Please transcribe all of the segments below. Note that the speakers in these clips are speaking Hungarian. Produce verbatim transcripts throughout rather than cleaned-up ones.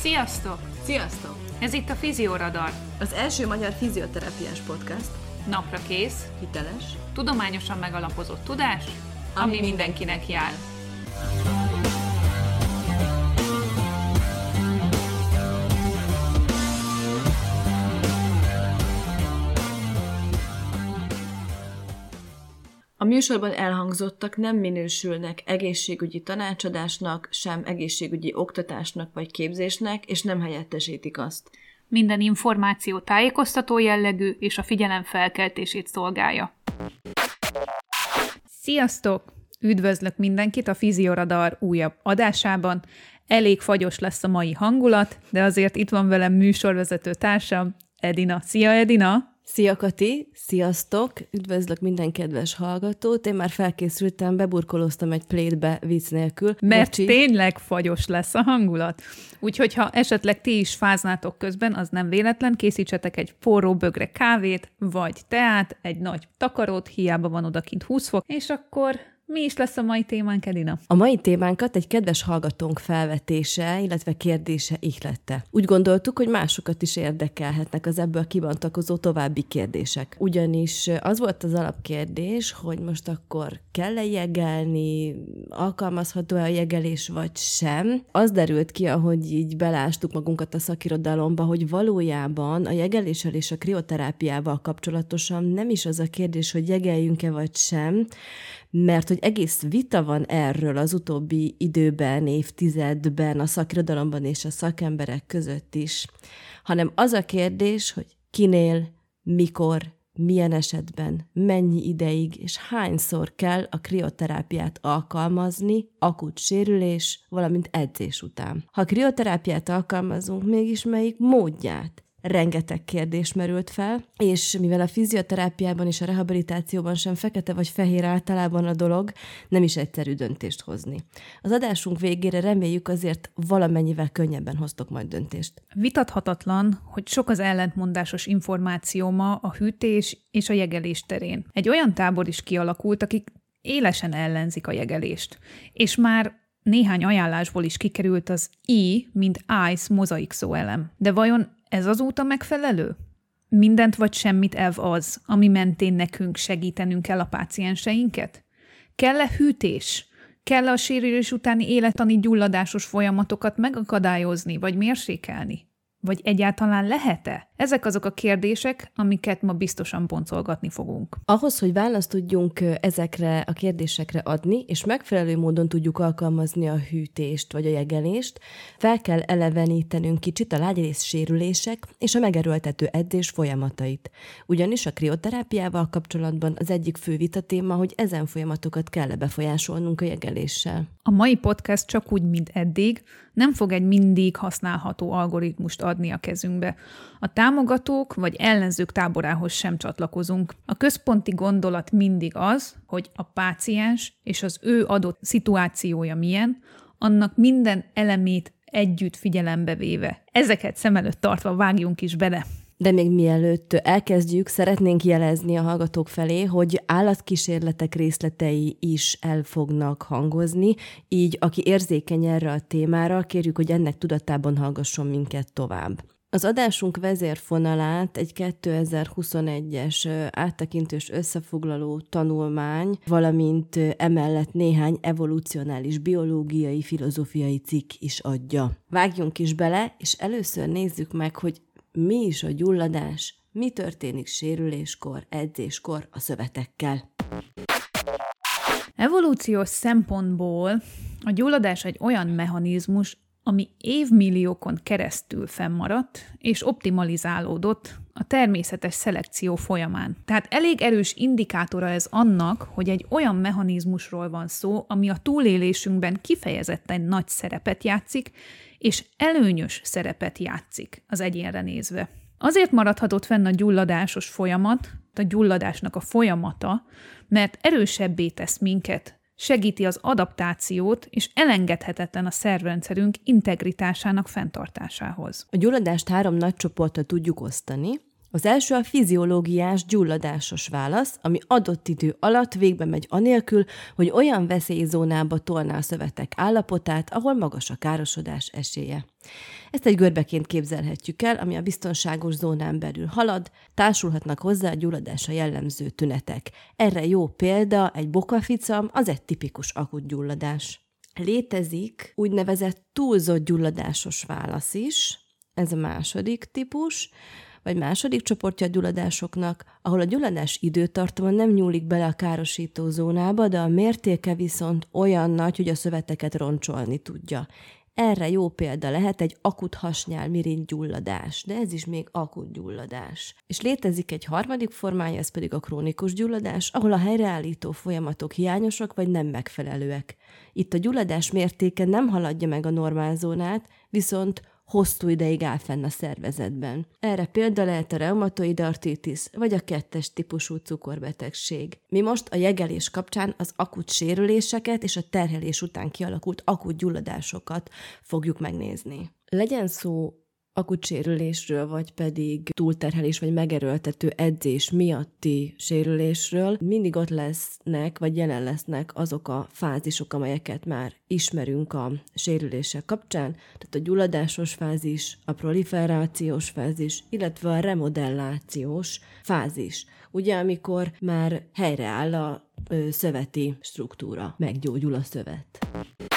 Sziasztok! Sziasztok! Ez itt a Fizioradar. Az első magyar fizioterápiás podcast. Napra kész, hiteles, tudományosan megalapozott tudás, ami, ami mindenkinek jár. A műsorban elhangzottak nem minősülnek egészségügyi tanácsadásnak, sem egészségügyi oktatásnak vagy képzésnek, és nem helyettesítik azt. Minden információ tájékoztató jellegű, és a figyelem felkeltését szolgálja. Sziasztok! Üdvözlök mindenkit a Fizioradar újabb adásában. Elég fagyos lesz a mai hangulat, de azért itt van velem műsorvezető társam, Edina. Szia, Edina! Szia, Kati! Sziasztok! Üdvözlök minden kedves hallgatót. Én már felkészültem, beburkolóztam egy plétbe vicc nélkül. Mert Bocsi. Tényleg fagyos lesz a hangulat. Úgyhogy ha esetleg ti is fáznátok közben, az nem véletlen, készítsetek egy forró bögre kávét, vagy teát, egy nagy takarót, hiába van odakint húsz fok, és akkor... Mi is lesz a mai témánk, Edina? A mai témánkat egy kedves hallgatónk felvetése, illetve kérdése ihlette. Úgy gondoltuk, hogy másokat is érdekelhetnek az ebből kibontakozó további kérdések. Ugyanis az volt az alapkérdés, hogy most akkor kell-e jegelni, alkalmazható-e a jegelés vagy sem. Az derült ki, ahogy így belástuk magunkat a szakirodalomba, hogy valójában a jegeléssel és a krioterápiával kapcsolatosan nem is az a kérdés, hogy jegeljünk-e vagy sem, mert hogy egész vita van erről az utóbbi időben, évtizedben, a szakirodalomban és a szakemberek között is, hanem az a kérdés, hogy kinél, mikor, milyen esetben, mennyi ideig és hányszor kell a krioterápiát alkalmazni akut sérülés, valamint edzés után. Ha krioterápiát alkalmazunk, mégis melyik módját? Rengeteg kérdés merült fel, és mivel a fizioterápiában és a rehabilitációban sem fekete vagy fehér általában a dolog, nem is egyszerű döntést hozni. Az adásunk végére reméljük azért valamennyivel könnyebben hoztok majd döntést. Vitathatatlan, hogy sok az ellentmondásos információ ma a hűtés és a jegelés terén. Egy olyan tábor is kialakult, akik élesen ellenzik a jegelést, és már néhány ajánlásból is kikerült az I, mint ice mozaik szóelem. De vajon ez az út a megfelelő? Mindent vagy semmit elv az, ami mentén nekünk segítenünk kell a pácienseinket? Kell-e hűtés? Kell-e a sérülés utáni élettani gyulladásos folyamatokat megakadályozni vagy mérsékelni? Vagy egyáltalán lehet-e? Ezek azok a kérdések, amiket ma biztosan boncolgatni fogunk. Ahhoz, hogy választ tudjunk ezekre a kérdésekre adni, és megfelelő módon tudjuk alkalmazni a hűtést vagy a jegelést, fel kell elevenítenünk kicsit a lágyrész sérülések és a megerőltető edzés folyamatait. Ugyanis a krioterápiával kapcsolatban az egyik fő vitatéma, hogy ezen folyamatokat kell befolyásolnunk a jegeléssel. A mai podcast csak úgy, mint eddig, nem fog egy mindig használható algoritmust adni a kezünkbe. A támogatók vagy ellenzők táborához sem csatlakozunk. A központi gondolat mindig az, hogy a páciens és az ő adott szituációja milyen, annak minden elemét együtt figyelembe véve. Ezeket szem előtt tartva vágjunk is bele. De még mielőtt elkezdjük, szeretnénk jelezni a hallgatók felé, hogy állatkísérletek részletei is el fognak hangozni, így aki érzékeny erre a témára, kérjük, hogy ennek tudatában hallgasson minket tovább. Az adásunk vezérfonalát egy kétezer-huszonegyes áttekintős összefoglaló tanulmány, valamint emellett néhány evolucionális biológiai, filozófiai cikk is adja. Vágjunk is bele, és először nézzük meg, hogy mi is a gyulladás, mi történik sérüléskor, edzéskor a szövetekkel. Evolúciós szempontból a gyulladás egy olyan mechanizmus, ami évmilliókon keresztül fennmaradt és optimalizálódott a természetes szelekció folyamán. Tehát elég erős indikátora ez annak, hogy egy olyan mechanizmusról van szó, ami a túlélésünkben kifejezetten nagy szerepet játszik, és előnyös szerepet játszik az egyénre nézve. Azért maradhatott fenn a gyulladásos folyamat, a gyulladásnak a folyamata, mert erősebbé tesz minket, segíti az adaptációt, és elengedhetetlen a szervrendszerünk integritásának fenntartásához. A gyulladást három nagy csoportra tudjuk osztani. Az első a fiziológiás gyulladásos válasz, ami adott idő alatt végbe megy anélkül, hogy olyan veszélyzónába tolná a szövetek állapotát, ahol magas a károsodás esélye. Ezt egy görbeként képzelhetjük el, ami a biztonságos zónán belül halad, társulhatnak hozzá a gyulladásra jellemző tünetek. Erre jó példa egy bokaficam, az egy tipikus akut gyulladás. Létezik úgynevezett túlzott gyulladásos válasz is, ez a második típus, vagy második csoportja a gyulladásoknak, ahol a gyulladás időtartama nem nyúlik bele a károsító zónába, de a mértéke viszont olyan nagy, hogy a szöveteket roncsolni tudja. Erre jó példa lehet egy akut hasnyálmirigy-gyulladás, de ez is még akut gyulladás. És létezik egy harmadik formája, ez pedig a krónikus gyulladás, ahol a helyreállító folyamatok hiányosak vagy nem megfelelőek. Itt a gyulladás mértéke nem haladja meg a normálzónát, viszont hosszú ideig áll fenn a szervezetben. Erre példa lehet a reumatoid artritis vagy a kettes típusú cukorbetegség. Mi most a jegelés kapcsán az akut sérüléseket és a terhelés után kialakult akut gyulladásokat fogjuk megnézni. Legyen szó akut sérülésről, vagy pedig túlterhelés, vagy megerőltető edzés miatti sérülésről, mindig ott lesznek, vagy jelen lesznek azok a fázisok, amelyeket már ismerünk a sérülések kapcsán, tehát a gyulladásos fázis, a proliferációs fázis, illetve a remodellációs fázis. Ugye, amikor már helyreáll a ö, szöveti struktúra, meggyógyul a szövet.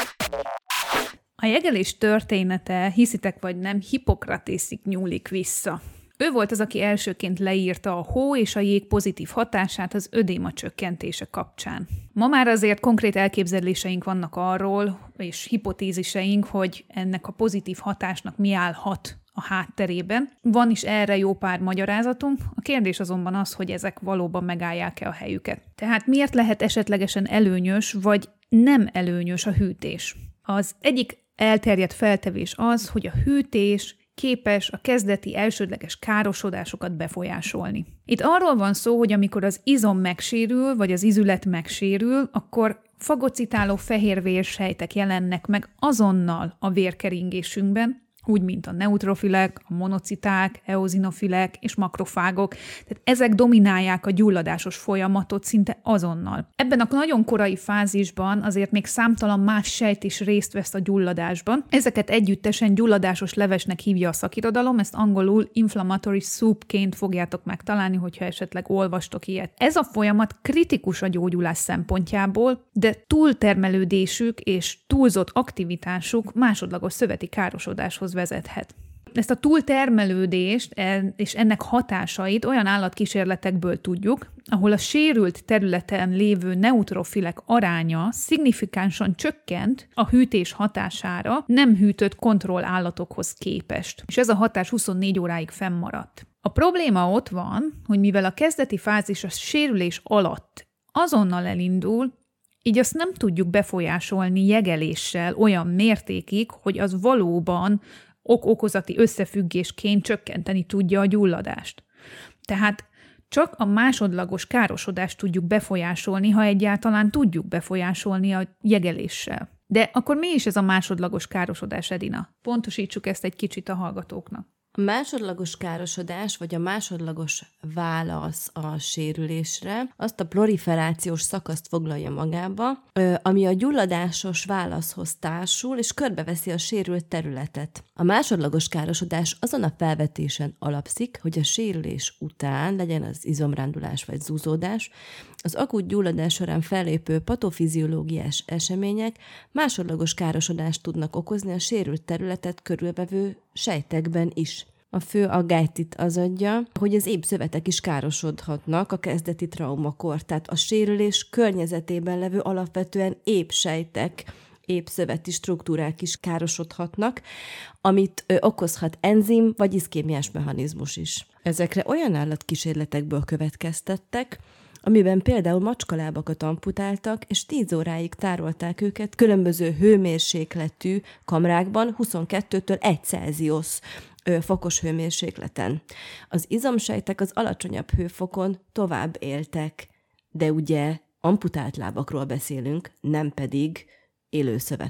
A jegelés története, hiszitek vagy nem, Hippokratészig nyúlik vissza. Ő volt az, aki elsőként leírta a hó és a jég pozitív hatását az ödéma csökkentése kapcsán. Ma már azért konkrét elképzeléseink vannak arról, és hipotéziseink, hogy ennek a pozitív hatásnak mi állhat a hátterében. Van is erre jó pár magyarázatunk, a kérdés azonban az, hogy ezek valóban megállják-e a helyüket. Tehát miért lehet esetlegesen előnyös, vagy nem előnyös a hűtés? Az egyik elterjedt feltevés az, hogy a hűtés képes a kezdeti elsődleges károsodásokat befolyásolni. Itt arról van szó, hogy amikor az izom megsérül, vagy az izület megsérül, akkor fagocitáló fehérvérsejtek jelennek meg azonnal a vérkeringésünkben, úgy, mint a neutrofilek, a monociták, eozinofilek és makrofágok. Tehát ezek dominálják a gyulladásos folyamatot szinte azonnal. Ebben a nagyon korai fázisban azért még számtalan más sejt is részt vesz a gyulladásban. Ezeket együttesen gyulladásos levesnek hívja a szakirodalom, ezt angolul inflammatory soupként fogjátok megtalálni, hogyha esetleg olvastok ilyet. Ez a folyamat kritikus a gyógyulás szempontjából, de túltermelődésük és túlzott aktivitásuk másodlagos szöveti károsodáshoz vezethet. Ezt a túltermelődést és ennek hatásait olyan állatkísérletekből tudjuk, ahol a sérült területen lévő neutrofilek aránya szignifikánsan csökkent a hűtés hatására nem hűtött kontrollállatokhoz képest, és ez a hatás huszonnégy óráig fennmaradt. A probléma ott van, hogy mivel a kezdeti fázis a sérülés alatt azonnal elindul, így azt nem tudjuk befolyásolni jegeléssel olyan mértékig, hogy az valóban ok-okozati összefüggésként csökkenteni tudja a gyulladást. Tehát csak a másodlagos károsodást tudjuk befolyásolni, ha egyáltalán tudjuk befolyásolni a jegeléssel. De akkor mi is ez a másodlagos károsodás, Edina? Pontosítsuk ezt egy kicsit a hallgatóknak. A másodlagos károsodás, vagy a másodlagos válasz a sérülésre azt a proliferációs szakaszt foglalja magába, ami a gyulladásos válaszhoz társul, és körbeveszi a sérült területet. A másodlagos károsodás azon a felvetésen alapszik, hogy a sérülés után, legyen az izomrándulás vagy zúzódás, az akut gyulladás során fellépő patofiziológiás események másodlagos károsodást tudnak okozni a sérült területet körülvevő sejtekben is. A fő aggályt itt az adja, hogy az épszövetek is károsodhatnak a kezdeti traumakor, tehát a sérülés környezetében levő alapvetően épsejtek, épszöveti struktúrák is károsodhatnak, amit ö, okozhat enzim vagy iszkémiás mechanizmus is. Ezekre olyan állatkísérletekből következtettek, amiben például macskalábakat amputáltak, és tíz óráig tárolták őket különböző hőmérsékletű kamrákban, huszonkettőtől egy Celsius fokos hőmérsékleten. Az izomsejtek az alacsonyabb hőfokon tovább éltek, de ugye amputált lábakról beszélünk, nem pedig élő szövetről.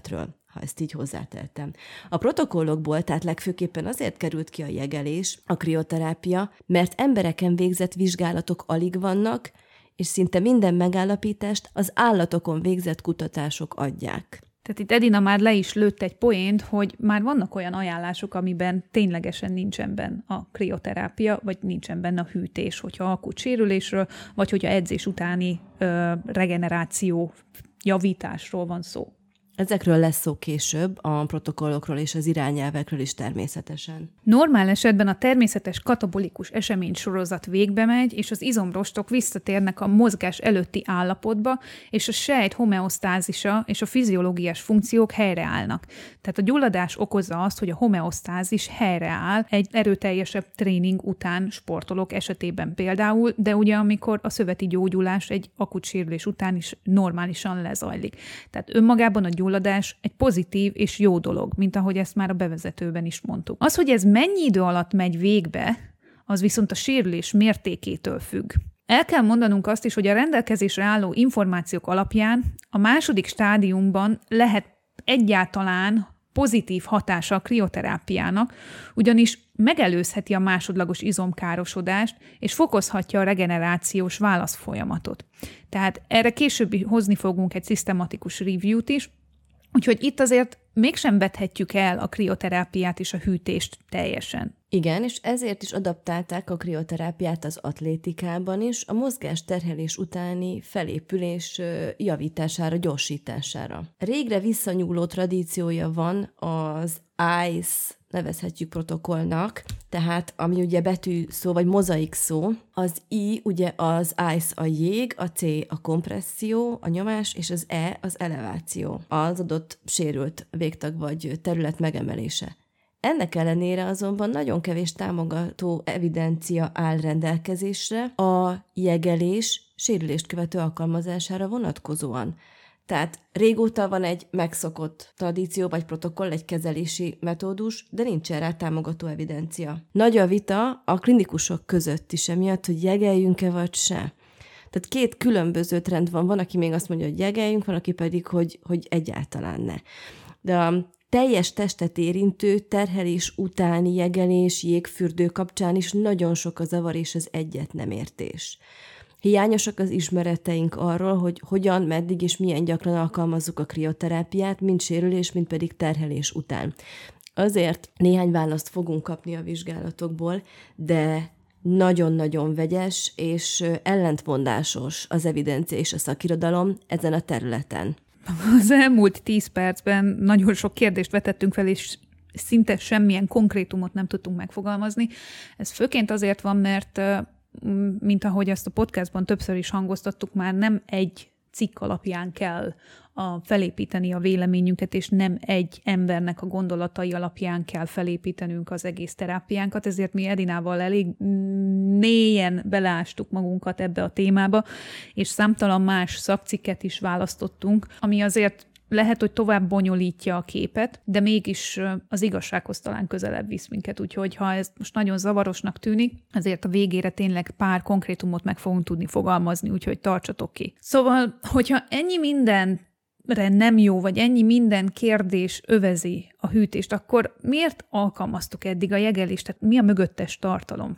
ha ezt így hozzátettem. A protokollokból tehát legfőképpen azért került ki a jegelés, a krioterápia, mert embereken végzett vizsgálatok alig vannak, és szinte minden megállapítást az állatokon végzett kutatások adják. Tehát itt Edina már le is lőtt egy poént, hogy már vannak olyan ajánlások, amiben ténylegesen nincsen benne a krioterápia, vagy nincsen benne a hűtés, hogyha akut sérülésről, vagy hogyha edzés utáni ö, regeneráció, javításról van szó. Ezekről lesz szó később, a protokollokról és az irányelvekről is természetesen. Normál esetben a természetes katabolikus eseménysorozat végbe megy, és az izomrostok visszatérnek a mozgás előtti állapotba, és a sejt homeosztázisa és a fiziológiás funkciók helyreállnak. Tehát a gyulladás okozza azt, hogy a homeosztázis helyreáll egy erőteljesebb tréning után sportolók esetében például, de ugye amikor a szöveti gyógyulás egy akut sérülés után is normálisan lezajlik. Tehát önmagában a gyulladás egy pozitív és jó dolog, mint ahogy ezt már a bevezetőben is mondtuk. Az, hogy ez mennyi idő alatt megy végbe, az viszont a sérülés mértékétől függ. El kell mondanunk azt is, hogy a rendelkezésre álló információk alapján a második stádiumban lehet egyáltalán pozitív hatása a krioterápiának, ugyanis megelőzheti a másodlagos izomkárosodást, és fokozhatja a regenerációs válaszfolyamatot. Tehát erre később hozni fogunk egy szisztematikus review-t is, úgyhogy itt azért mégsem vethetjük el a krioterápiát és a hűtést teljesen. Igen, és ezért is adaptálták a krioterápiát az atlétikában is, a mozgásterhelés utáni felépülés javítására, gyorsítására. Régre visszanyúló tradíciója van az I C E, nevezhetjük protokollnak, tehát ami ugye betű szó, vagy mozaik szó, az I ugye az I C E a jég, a C a kompresszió, a nyomás, és az E az eleváció, az adott sérült végtag vagy terület megemelése. Ennek ellenére azonban nagyon kevés támogató evidencia áll rendelkezésre a jegelés sérülést követő alkalmazására vonatkozóan. Tehát régóta van egy megszokott tradíció vagy protokoll, egy kezelési metódus, de nincsen rá támogató evidencia. Nagy a vita a klinikusok között is emiatt, hogy jegeljünk-e vagy se. Tehát két különböző trend van, van, aki még azt mondja, hogy jegeljünk, van, aki pedig, hogy, hogy egyáltalán ne. De a teljes testet érintő terhelés utáni jegelés, jégfürdő kapcsán is nagyon sok a zavar és az egyet nem értés. Hiányosak az ismereteink arról, hogy hogyan, meddig és milyen gyakran alkalmazzuk a krioterápiát, mind sérülés, mind pedig terhelés után. Azért néhány választ fogunk kapni a vizsgálatokból, de nagyon-nagyon vegyes és ellentmondásos az evidencia és a szakirodalom ezen a területen. Az elmúlt tíz percben nagyon sok kérdést vetettünk fel, és szinte semmilyen konkrétumot nem tudtunk megfogalmazni. Ez főként azért van, mert mint ahogy ezt a podcastban többször is hangoztattuk, már nem egy cikk alapján kell a felépíteni a véleményünket, és nem egy embernek a gondolatai alapján kell felépítenünk az egész terápiánkat, ezért mi Edinával elég mélyen beleástuk magunkat ebbe a témába, és számtalan más szakcikket is választottunk, ami azért lehet, hogy tovább bonyolítja a képet, de mégis az igazsághoz talán közelebb visz minket, úgyhogy ha ez most nagyon zavarosnak tűnik, azért a végére tényleg pár konkrétumot meg fogunk tudni fogalmazni, úgyhogy tartsatok ki. Szóval, hogyha ennyi mindenre nem jó, vagy ennyi minden kérdés övezi a hűtést, akkor miért alkalmaztuk eddig a jegelést? Tehát mi a mögöttes tartalom?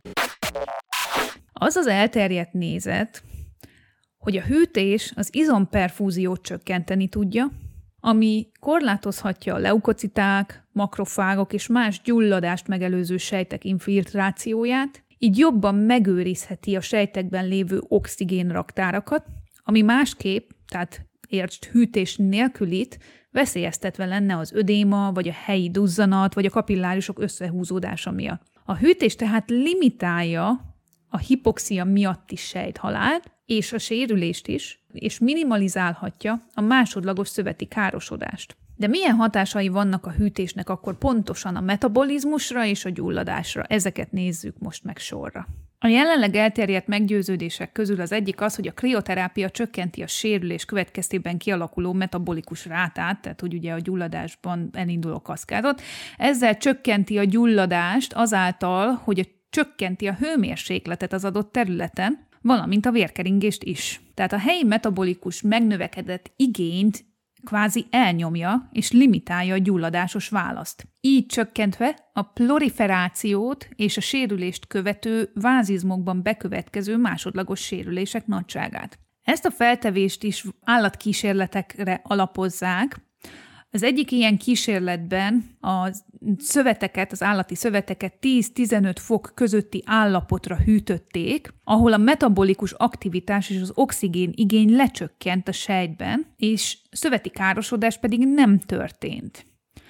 Az az elterjedt nézet, hogy a hűtés az izomperfúziót csökkenteni tudja, ami korlátozhatja a leukociták, makrofágok és más gyulladást megelőző sejtek infiltrációját, így jobban megőrizheti a sejtekben lévő oxigénraktárakat, ami másképp, tehát értsd hűtés nélkülit, veszélyeztetve lenne az ödéma, vagy a helyi duzzanat, vagy a kapillárisok összehúzódása miatt. A hűtés tehát limitálja a hipoxia miatti sejthalált, és a sérülést is, és minimalizálhatja a másodlagos szöveti károsodást. De milyen hatásai vannak a hűtésnek akkor pontosan a metabolizmusra és a gyulladásra? Ezeket nézzük most meg sorra. A jelenleg elterjedt meggyőződések közül az egyik az, hogy a krioterápia csökkenti a sérülés következtében kialakuló metabolikus rátát, tehát hogy ugye a gyulladásban elinduló kaszkádot. Ezzel csökkenti a gyulladást azáltal, hogy a csökkenti a hőmérsékletet az adott területen, valamint a vérkeringést is. Tehát a helyi metabolikus megnövekedett igényt kvázi elnyomja és limitálja a gyulladásos választ. Így csökkentve a proliferációt és a sérülést követő vázizmokban bekövetkező másodlagos sérülések nagyságát. Ezt a feltevést is állatkísérletekre alapozzák. Az egyik ilyen kísérletben a szöveteket, az állati szöveteket tíz-tizenöt fok közötti állapotra hűtötték, ahol a metabolikus aktivitás és az oxigén igény lecsökkent a sejtben, és szöveti károsodás pedig nem történt.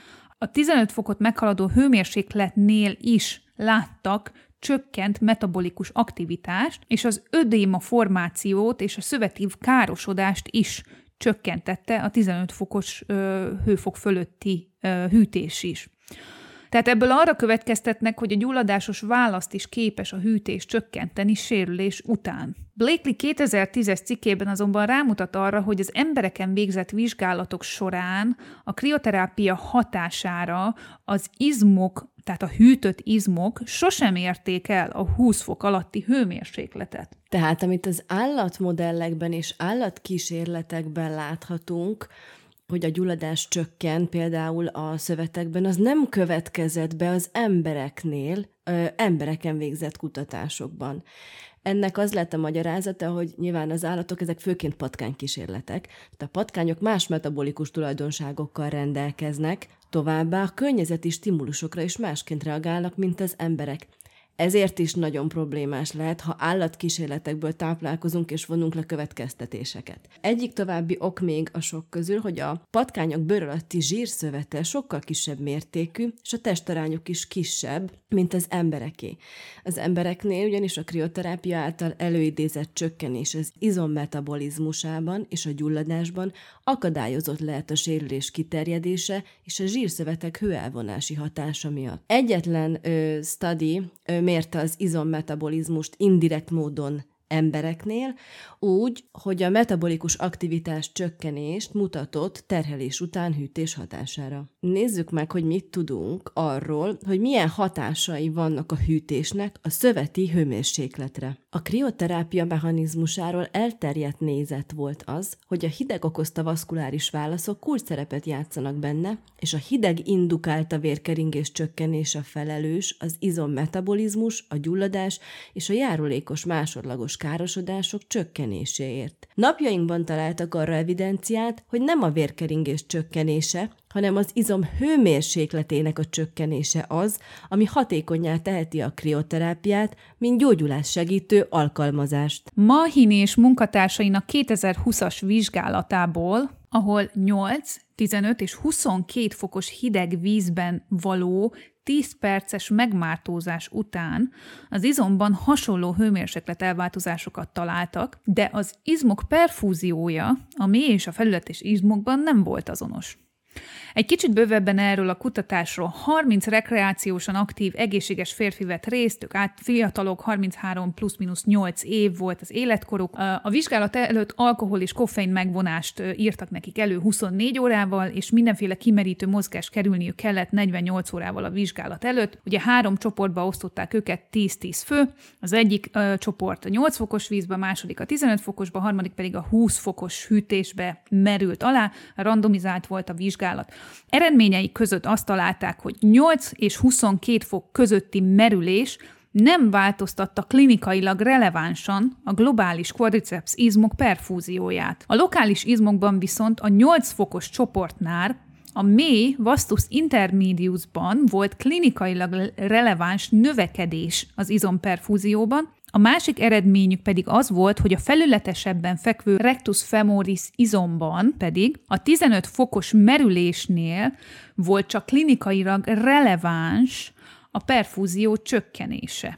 A tizenöt fokot meghaladó hőmérsékletnél is láttak csökkent metabolikus aktivitást, és az ödéma formációt és a szöveti károsodást is csökkentette a tizenöt fokos ö, hőfok fölötti ö, hűtés is. Tehát ebből arra következtetnek, hogy a gyulladásos választ is képes a hűtés csökkenteni sérülés után. Blakely kétezer-tízes cikkében azonban rámutat arra, hogy az embereken végzett vizsgálatok során a krioterápia hatására az izmok, tehát a hűtött izmok sosem érték el a húsz fok alatti hőmérsékletet. Tehát amit az állatmodellekben és állatkísérletekben láthatunk, hogy a gyulladás csökken például a szövetekben, az nem következett be az embereknél, ö, embereken végzett kutatásokban. Ennek az lett a magyarázata, hogy nyilván az állatok, ezek főként patkánykísérletek, tehát a patkányok más metabolikus tulajdonságokkal rendelkeznek, továbbá a környezeti stimulusokra is másként reagálnak, mint az emberek. Ezért is nagyon problémás lehet, ha állatkísérletekből táplálkozunk és vonunk le következtetéseket. Egyik további ok még a sok közül, hogy a patkányok bőr alatti zsírszövete sokkal kisebb mértékű, és a testarányuk is kisebb, mint az embereké. Az embereknél ugyanis a krioterápia által előidézett csökkenés az izommetabolizmusában és a gyulladásban akadályozott lehet a sérülés kiterjedése és a zsírszövetek hőelvonási hatása miatt. Egyetlen ö, study ö, mérte az izommetabolizmust indirekt módon embereknél, úgy, hogy a metabolikus aktivitás csökkenést mutatott terhelés után hűtés hatására. Nézzük meg, hogy mit tudunk arról, hogy milyen hatásai vannak a hűtésnek a szöveti hőmérsékletre. A krioterápia mechanizmusáról elterjedt nézet volt az, hogy a hideg okozta vaszkuláris válaszok kulcsszerepet játszanak benne, és a hideg indukálta vérkeringés csökkenése felelős az izommetabolizmus, a gyulladás és a járulékos másodlagos károsodások csökkenéséért. Napjainkban találtak arra evidenciát, hogy nem a vérkeringés csökkenése, hanem az izom hőmérsékletének a csökkenése az, ami hatékonnyá teheti a krioterápiát, mint gyógyulás segítő alkalmazást. Mahini és munkatársainak kétezer-húszas vizsgálatából, ahol nyolc, tizenöt és huszonkét fokos hideg vízben való tíz perces megmártózás után az izomban hasonló hőmérséklet elváltozásokat találtak, de az izmok perfúziója a mély és a felületes izmokban nem volt azonos. Egy kicsit bővebben erről a kutatásról: harminc rekreációsan aktív, egészséges férfi vett részt, ők át fiatalok, harminchárom plusz-minusz nyolc év volt az életkoruk. A vizsgálat előtt alkohol és koffein megvonást írtak nekik elő huszonnégy órával, és mindenféle kimerítő mozgást kerülniük kellett negyvennyolc órával a vizsgálat előtt. Ugye három csoportba osztották őket, tíz-tíz fő, az egyik ö, csoport a nyolc fokos vízbe, a második a tizenöt fokosba, a harmadik pedig a húsz fokos hűtésbe merült alá, randomizált volt a vizsgálat. Eredményei között azt találták, hogy nyolc és huszonkét fok közötti merülés nem változtatta klinikailag relevánsan a globális quadriceps izmok perfúzióját. A lokális izmokban viszont a nyolc fokos csoportnál a mély vastus intermediusban volt klinikailag releváns növekedés az izomperfúzióban, a másik eredményük pedig az volt, hogy a felületesebben fekvő rectus femoris izomban pedig a tizenöt fokos merülésnél volt csak klinikailag releváns a perfúzió csökkenése.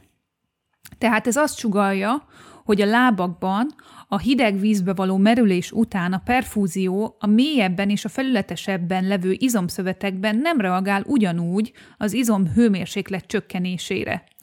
Tehát ez azt sugallja, hogy a lábakban a hideg vízbe való merülés után a perfúzió a mélyebben és a felületesebben levő izomszövetekben nem reagál ugyanúgy az izom hőmérséklet csökkenésére,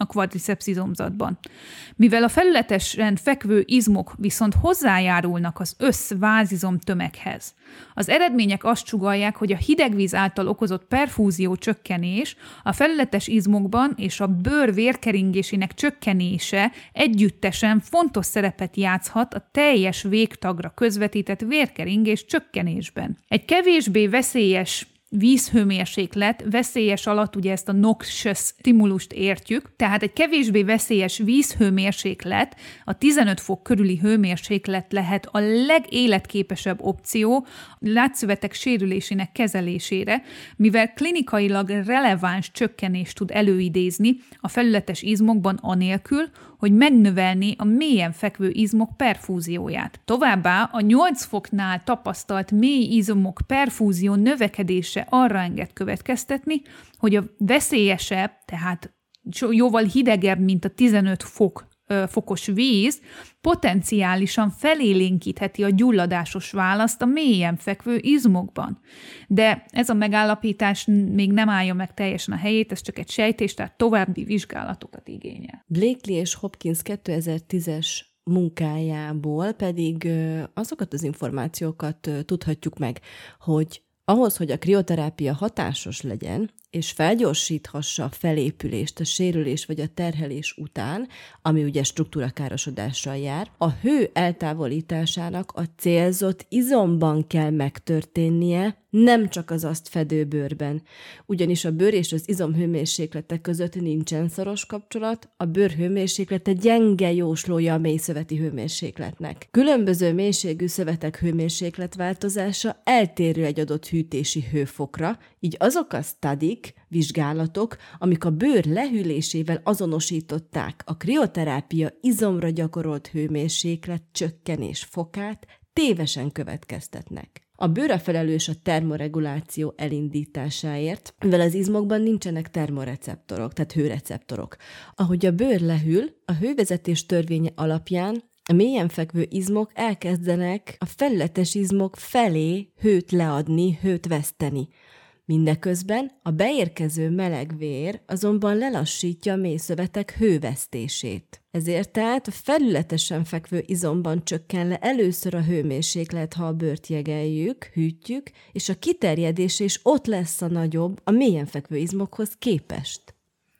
a quadriceps izomzatban. Mivel a felületesen fekvő izmok viszont hozzájárulnak az összvázizom tömeghez. Az eredmények azt sugallják, hogy a hidegvíz által okozott perfúzió csökkenés a felületes izmokban és a bőr vérkeringésének csökkenése együttesen fontos szerepet játszhat a teljes végtagra közvetített vérkeringés csökkenésben. Egy kevésbé veszélyes vízhőmérséklet, veszélyes alatt ugye ezt a noxious stimulust értjük, tehát egy kevésbé veszélyes vízhőmérséklet, a tizenöt fok körüli hőmérséklet lehet a legéletképesebb opció látszövetek sérülésének kezelésére, mivel klinikailag releváns csökkenést tud előidézni a felületes izmokban anélkül, hogy megnövelni a mélyen fekvő izmok perfúzióját. Továbbá a nyolc foknál tapasztalt mély izmok perfúzió növekedése arra enged következtetni, hogy a veszélyesebb, tehát jóval hidegebb, mint a tizenöt fok, ö, fokos víz, potenciálisan felélénkítheti a gyulladásos választ a mélyen fekvő izmokban. De ez a megállapítás még nem állja meg teljesen a helyét, ez csak egy sejtés, tehát további vizsgálatokat igényel. Blakely és Hopkins kétezer-tízes munkájából pedig azokat az információkat tudhatjuk meg, hogy ahhoz, hogy a krioterápia hatásos legyen, és felgyorsíthassa a felépülést a sérülés vagy a terhelés után, ami ugye struktúrakárosodással jár, a hő eltávolításának a célzott izomban kell megtörténnie, nem csak az azt fedő bőrben. Ugyanis a bőr és az izom hőmérséklete között nincsen szoros kapcsolat, a bőr hőmérséklete gyenge jóslója a mélyszöveti hőmérsékletnek. Különböző mélységű szövetek hőmérsékletváltozása eltérő egy adott hűtési hőfokra, így azok a studik, vizsgálatok, amik a bőr lehűlésével azonosították a krioterápia izomra gyakorolt hőmérséklet csökkenés fokát, tévesen következtetnek. A bőr a felelős a termoreguláció elindításáért, mivel az izmokban nincsenek termoreceptorok, tehát hőreceptorok. Ahogy a bőr lehűl, a hővezetés törvénye alapján a mélyen fekvő izmok elkezdenek a felületes izmok felé hőt leadni, hőt veszteni. Mindeközben a beérkező meleg vér azonban lelassítja a mélyszövetek hővesztését. Ezért tehát a felületesen fekvő izomban csökken le először a hőmérséklet, ha a bőrt jegeljük, hűtjük, és a kiterjedés is ott lesz a nagyobb a mélyen fekvő izmokhoz képest.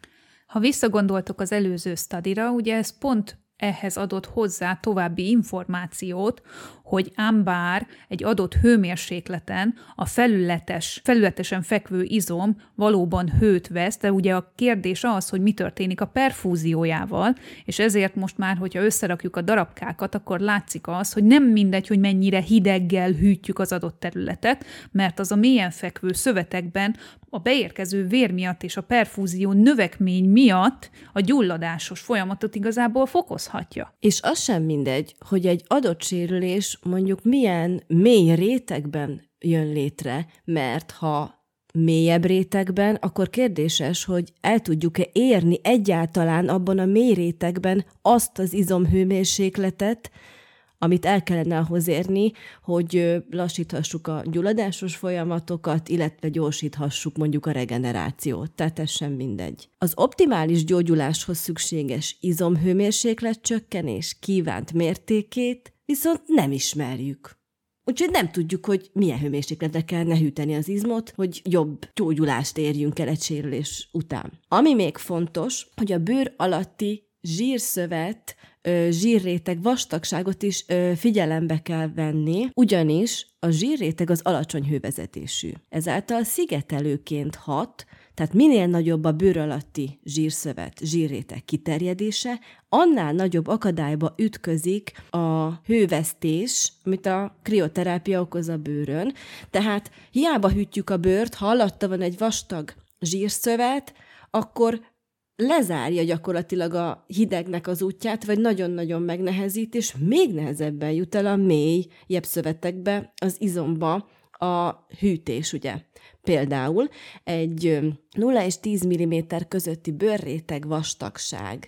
Ha visszagondoltok az előző studira, ugye ez pont ehhez adott hozzá további információt, hogy ám bár egy adott hőmérsékleten a felületes, felületesen fekvő izom valóban hőt vesz, de ugye a kérdés az, hogy mi történik a perfúziójával, és ezért most már, hogyha összerakjuk a darabkákat, akkor látszik az, hogy nem mindegy, hogy mennyire hideggel hűtjük az adott területet, mert az a mélyen fekvő szövetekben a beérkező vér miatt és a perfúzió növekmény miatt a gyulladásos folyamatot igazából fokozhatja. És az sem mindegy, hogy egy adott sérülés mondjuk milyen mély rétegben jön létre, mert ha mélyebb rétegben, akkor kérdéses, hogy el tudjuk-e érni egyáltalán abban a mély rétegben azt az izomhőmérsékletet, amit el kellene ahhoz érni, hogy lassíthassuk a gyulladásos folyamatokat, illetve gyorsíthassuk mondjuk a regenerációt. Tehát ez sem mindegy. Az optimális gyógyuláshoz szükséges izomhőmérséklet csökkenés kívánt mértékét viszont nem ismerjük. Úgyhogy nem tudjuk, hogy milyen hőmérsékletre kellene hűteni az izmot, hogy jobb gyógyulást érjünk el egy sérülés után. Ami még fontos, hogy a bőr alatti zsírszövet, zsírréteg vastagságot is figyelembe kell venni, ugyanis a zsírréteg az alacsony hővezetésű. Ezáltal szigetelőként hat, tehát minél nagyobb a bőr alatti zsírszövet, zsírréteg kiterjedése, annál nagyobb akadályba ütközik a hővesztés, amit a krioterápia okoz a bőrön. Tehát hiába hűtjük a bőrt, ha alatta van egy vastag zsírszövet, akkor lezárja gyakorlatilag a hidegnek az útját, vagy nagyon-nagyon megnehezít, és még nehezebben jut el a mélyebb szövetekbe, az izomba a hűtés, ugye. Például egy nulla és tíz milliméter közötti bőrréteg vastagság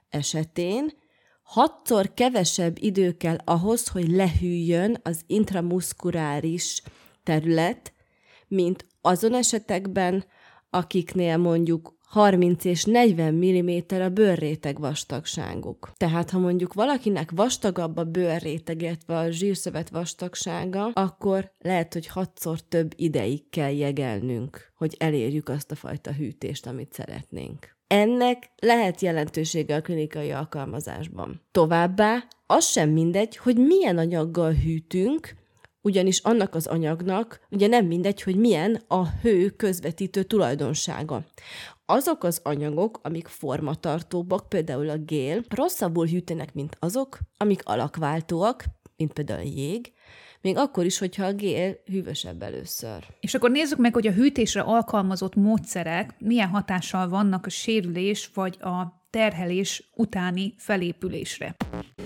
esetén hatszor kevesebb idő kell ahhoz, hogy lehűljön az intramuszkuláris terület, mint azon esetekben, akiknél mondjuk harminc és negyven milliméter a bőrréteg vastagságuk. Tehát, ha mondjuk valakinek vastagabb a bőrréteg, illetve a zsírszövet vastagsága, akkor lehet, hogy hatszor több ideig kell jegelnünk, hogy elérjük azt a fajta hűtést, amit szeretnénk. Ennek lehet jelentősége a klinikai alkalmazásban. Továbbá az sem mindegy, hogy milyen anyaggal hűtünk, ugyanis annak az anyagnak ugye nem mindegy, hogy milyen a hő közvetítő tulajdonsága. Azok az anyagok, amik formatartóbbak, például a gél, rosszabbul hűtenek, mint azok, amik alakváltóak, mint például a jég, még akkor is, hogyha a gél hűvösebb először. És akkor nézzük meg, hogy a hűtésre alkalmazott módszerek milyen hatással vannak a sérülés vagy a terhelés utáni felépülésre.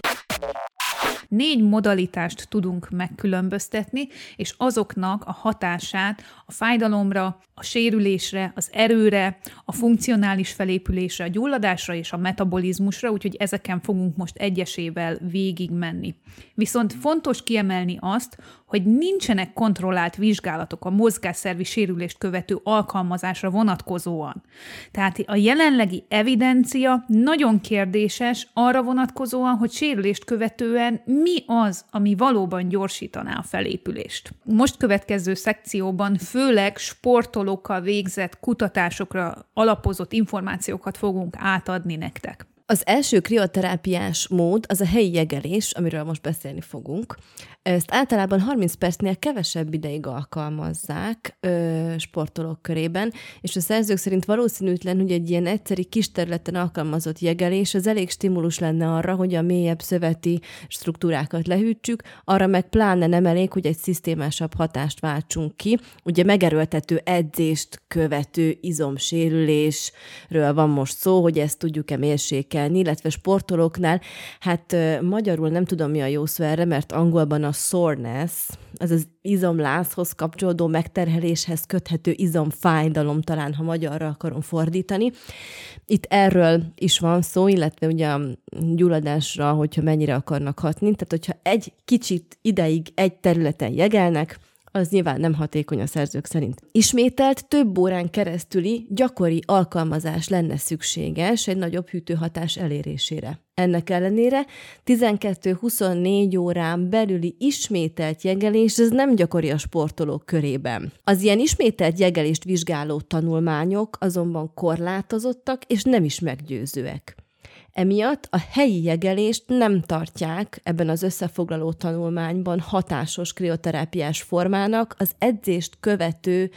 Négy modalitást tudunk megkülönböztetni, és azoknak a hatását a fájdalomra, a sérülésre, az erőre, a funkcionális felépülésre, a gyulladásra és a metabolizmusra, úgyhogy ezeken fogunk most egyesével végigmenni. Viszont fontos kiemelni azt, hogy nincsenek kontrollált vizsgálatok a mozgásszervi sérülést követő alkalmazásra vonatkozóan. Tehát a jelenlegi evidencia nagyon kérdéses arra vonatkozóan, hogy sérülést követően mi az, ami valóban gyorsítaná a felépülést. Most következő szekcióban főleg sportolókkal végzett kutatásokra alapozott információkat fogunk átadni nektek. Az első krioterápiás mód az a helyi jegelés, amiről most beszélni fogunk. Ezt általában harminc percnél kevesebb ideig alkalmazzák ö, sportolók körében, és a szerzők szerint valószínűtlen, hogy egy ilyen egyszeri kis területen alkalmazott jegelés az elég stimulus lenne arra, hogy a mélyebb szöveti struktúrákat lehűtsük, arra meg pláne nem elég, hogy egy szisztémásabb hatást váltsunk ki. Ugye megerőltető edzést követő izomsérülésről van most szó, hogy ezt tudjuk-e mérsékelni, illetve sportolóknál, hát ö, magyarul nem tudom, mi a jó szó erre, mert angolban a soreness, az az izomlázhoz kapcsolódó megterheléshez köthető izomfájdalom, talán ha magyarra akarom fordítani. Itt erről is van szó, illetve ugye a gyulladásra, hogyha mennyire akarnak hatni. Tehát, hogyha egy kicsit ideig egy területen jegelnek, az nyilván nem hatékony a szerzők szerint. Ismételt több órán keresztüli gyakori alkalmazás lenne szükséges egy nagyobb hűtőhatás elérésére. Ennek ellenére tizenkettő-huszonnégy órán belüli ismételt jegelés, ez nem gyakori a sportolók körében. Az ilyen ismételt jegelést vizsgáló tanulmányok azonban korlátozottak és nem is meggyőzőek. Emiatt a helyi jegelést nem tartják ebben az összefoglaló tanulmányban hatásos krioterápiás formának az edzést követő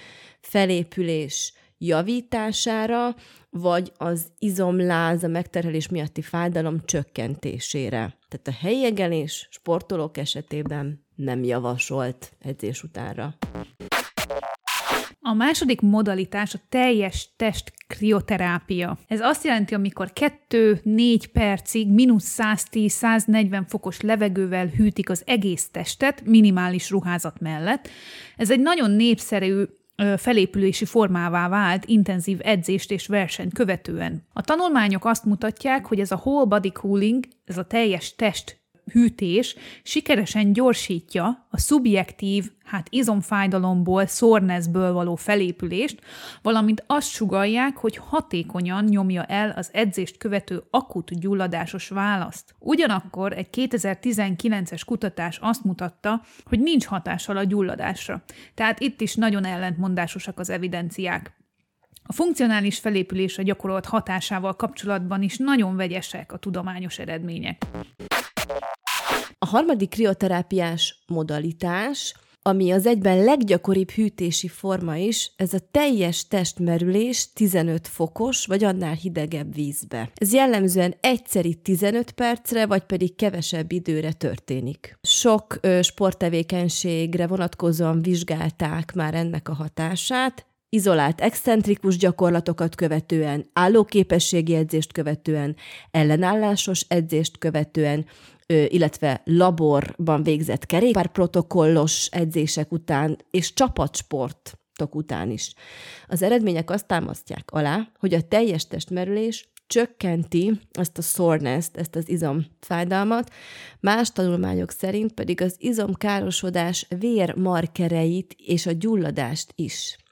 felépülés javítására, vagy az izomláz, a megterhelés miatti fájdalom csökkentésére. Tehát a helyi jegelés sportolók esetében nem javasolt edzés utánra. A második modalitás a teljes test krioterápia. Ez azt jelenti, amikor kettő-négy percig mínusz száztíz-száznegyven fokos levegővel hűtik az egész testet, minimális ruházat mellett. Ez egy nagyon népszerű felépülési formává vált intenzív edzést és versenyt követően. A tanulmányok azt mutatják, hogy ez a whole body cooling, ez a teljes test hűtés sikeresen gyorsítja a szubjektív, hát izomfájdalomból, sorenessből való felépülést, valamint azt sugallják, hogy hatékonyan nyomja el az edzést követő akut gyulladásos választ. Ugyanakkor egy kétezer-tizenkilences kutatás azt mutatta, hogy nincs hatással a gyulladásra. Tehát itt is nagyon ellentmondásosak az evidenciák. A funkcionális felépülésre gyakorolt hatásával kapcsolatban is nagyon vegyesek a tudományos eredmények. A harmadik krioterápiás modalitás, ami az egyben leggyakoribb hűtési forma is, ez a teljes testmerülés tizenöt fokos vagy annál hidegebb vízbe. Ez jellemzően egyszeri tizenöt percre, vagy pedig kevesebb időre történik. Sok ö, sporttevékenységre vonatkozóan vizsgálták már ennek a hatását, izolált excentrikus gyakorlatokat követően, állóképességi edzést követően, ellenállásos edzést követően, illetve laborban végzett kerékpárprotokollos edzések után, és csapatsportok után is. Az eredmények azt támasztják alá, hogy a teljes testmerülés csökkenti ezt a soreness-t, ezt az izomfájdalmat, más tanulmányok szerint pedig az izomkárosodás vérmarkereit és a gyulladást is.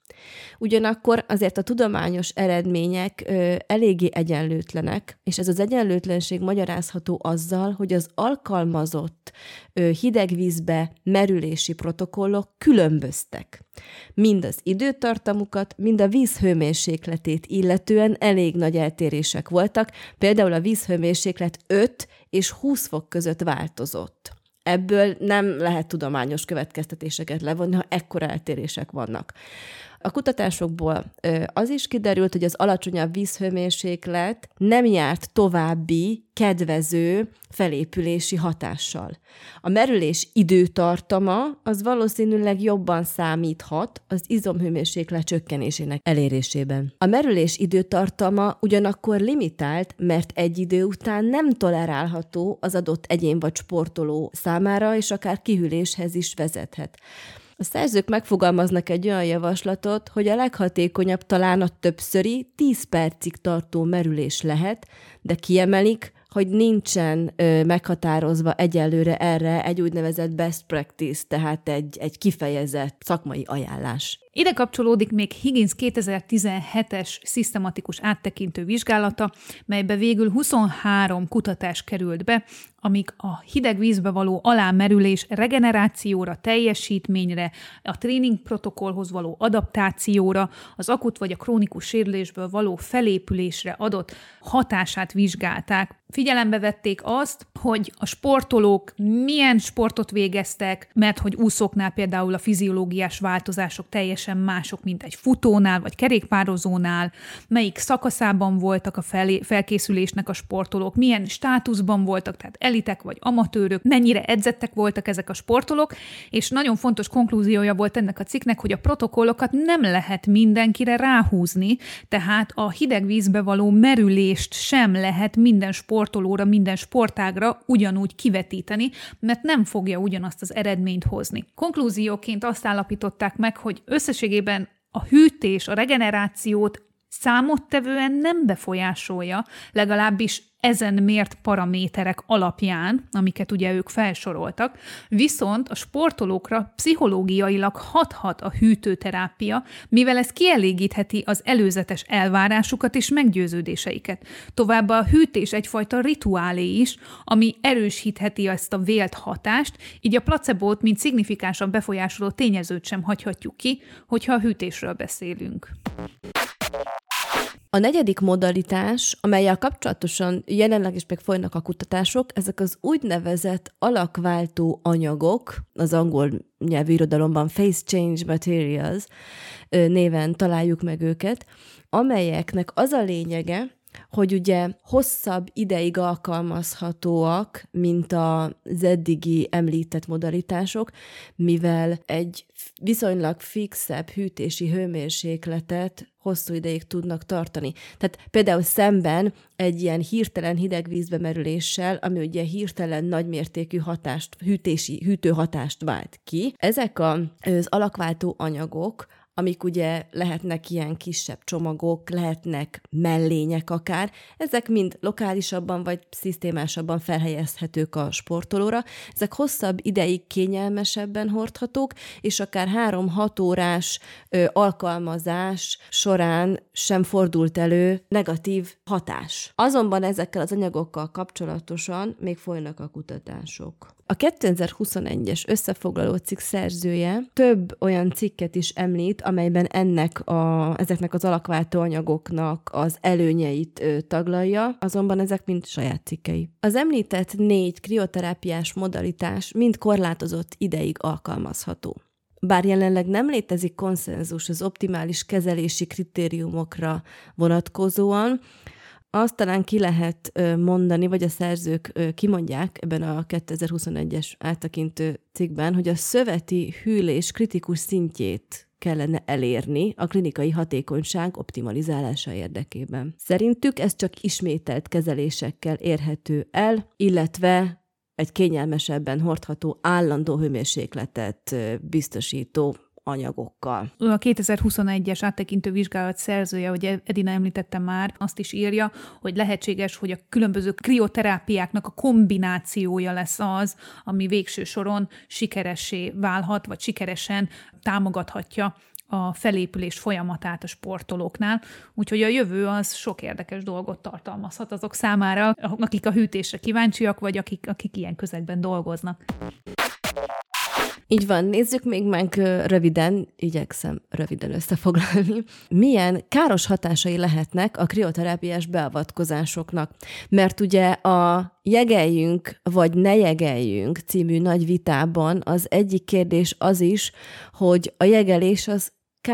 Ugyanakkor azért a tudományos eredmények ö, eléggé egyenlőtlenek, és ez az egyenlőtlenség magyarázható azzal, hogy az alkalmazott ö, hidegvízbe merülési protokollok különböztek. Mind az időtartamukat, mind a víz hőmérsékletét illetően elég nagy eltérések voltak, például a vízhőmérséklet öt és húsz fok között változott. Ebből nem lehet tudományos következtetéseket levonni, ha ekkora eltérések vannak. A kutatásokból az is kiderült, hogy az alacsonyabb vízhőmérséklet nem járt további kedvező felépülési hatással. A merülés időtartama az valószínűleg jobban számíthat az izomhőmérséklet csökkenésének elérésében. A merülés időtartama ugyanakkor limitált, mert egy idő után nem tolerálható az adott egyén vagy sportoló számára, és akár kihűléshez is vezethet. A szerzők megfogalmaznak egy olyan javaslatot, hogy a leghatékonyabb talán a többszöri tíz percig tartó merülés lehet, de kiemelik, hogy nincsen ö, meghatározva egyelőre erre egy úgynevezett best practice, tehát egy, egy kifejezett szakmai ajánlás. Ide kapcsolódik még Higgins kétezer-tizenhetes szisztematikus áttekintő vizsgálata, melybe végül huszonhárom kutatás került be, amik a hideg vízbe való alámerülés regenerációra, teljesítményre, a tréning protokollhoz való adaptációra, az akut vagy a krónikus sérülésből való felépülésre adott hatását vizsgálták. Figyelembe vették azt, hogy a sportolók milyen sportot végeztek, mert hogy úszóknál például a fiziológiás változások teljesen mások, mint egy futónál vagy kerékpározónál, melyik szakaszában voltak a fel- felkészülésnek a sportolók, milyen státuszban voltak, tehát elitek vagy amatőrök, mennyire edzettek voltak ezek a sportolók, és nagyon fontos konklúziója volt ennek a cikknek, hogy a protokollokat nem lehet mindenkire ráhúzni, tehát a hideg vízbe való merülést sem lehet minden sportolóra, minden sportágra ugyanúgy kivetíteni, mert nem fogja ugyanazt az eredményt hozni. Konklúzióként azt állapították meg, hogy összességében a hűtés, a regenerációt számottevően nem befolyásolja, legalábbis ezen mért paraméterek alapján, amiket ugye ők felsoroltak, viszont a sportolókra pszichológiailag hathat a hűtőterápia, mivel ez kielégítheti az előzetes elvárásukat és meggyőződéseiket. Továbbá a hűtés egyfajta rituálé is, ami erősítheti ezt a vélt hatást, így a placebót, mint szignifikánsan befolyásoló tényezőt sem hagyhatjuk ki, hogyha a hűtésről beszélünk. A negyedik modalitás, amellyel kapcsolatosan jelenleg is meg folynak a kutatások, ezek az úgynevezett alakváltó anyagok, az angol nyelvű irodalomban face change materials néven találjuk meg őket, amelyeknek az a lényege, hogy ugye hosszabb ideig alkalmazhatóak, mint az eddigi említett modalitások, mivel egy viszonylag fixebb hűtési hőmérsékletet hosszú ideig tudnak tartani. Tehát például szemben egy ilyen hirtelen hideg vízbe merüléssel, ami ugye hirtelen nagymértékű hatást, hűtési, hűtőhatást vált ki. Ezek a, az alakváltó anyagok, amik ugye lehetnek ilyen kisebb csomagok, lehetnek mellények akár, ezek mind lokálisabban vagy szisztémásabban felhelyezhetők a sportolóra. Ezek hosszabb ideig kényelmesebben hordhatók, és akár három-hat órás ö, alkalmazás során sem fordult elő negatív hatás. Azonban ezekkel az anyagokkal kapcsolatosan még folynak a kutatások. A kétezer-huszonegyes összefoglaló cikk szerzője több olyan cikket is említ, amelyben ennek a, ezeknek az alakváltó anyagoknak az előnyeit ö, taglalja, azonban ezek mind saját cikkei. Az említett négy krioterápiás modalitás mind korlátozott ideig alkalmazható. Bár jelenleg nem létezik konszenzus az optimális kezelési kritériumokra vonatkozóan, azt talán ki lehet mondani, vagy a szerzők kimondják ebben a kétezer-huszonegyes áttekintő cikkben, hogy a szöveti hűlés kritikus szintjét kellene elérni a klinikai hatékonyság optimalizálása érdekében. Szerintük ez csak ismételt kezelésekkel érhető el, illetve egy kényelmesebben hordható állandó hőmérsékletet biztosító anyagokkal. A kétezer-huszonegyes áttekintő vizsgálat szerzője, hogy Edina említette már, azt is írja, hogy lehetséges, hogy a különböző krioterápiáknak a kombinációja lesz az, ami végső soron sikeressé válhat, vagy sikeresen támogathatja a felépülés folyamatát a sportolóknál, úgyhogy a jövő az sok érdekes dolgot tartalmazhat azok számára, akik a hűtésre kíváncsiak, vagy akik, akik ilyen közegben dolgoznak. Így van, nézzük még meg röviden, igyekszem röviden összefoglalni, milyen káros hatásai lehetnek a krioterápiás beavatkozásoknak. Mert ugye a jegeljünk, vagy ne jegeljünk című nagy vitában az egyik kérdés az is, hogy a jegelés az